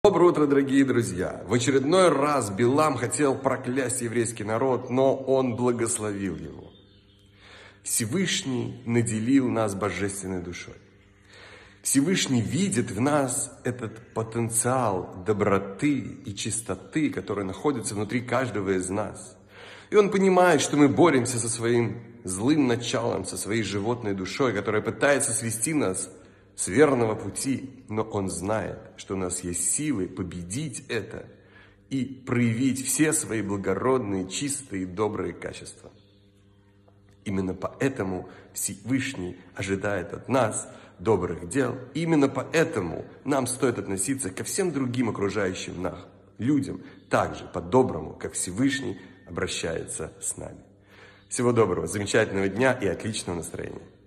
Доброе утро, дорогие друзья! В очередной раз Билам хотел проклясть еврейский народ, но он благословил его. Всевышний наделил нас божественной душой. Всевышний видит в нас этот потенциал доброты и чистоты, который находится внутри каждого из нас. И он понимает, что мы боремся со своим злым началом, со своей животной душой, которая пытается свести нас с верного пути, но он знает, что у нас есть силы победить это и проявить все свои благородные, чистые и добрые качества. Именно поэтому Всевышний ожидает от нас добрых дел. Именно поэтому нам стоит относиться ко всем другим окружающим нас людям так же по-доброму, как Всевышний обращается с нами. Всего доброго, замечательного дня и отличного настроения.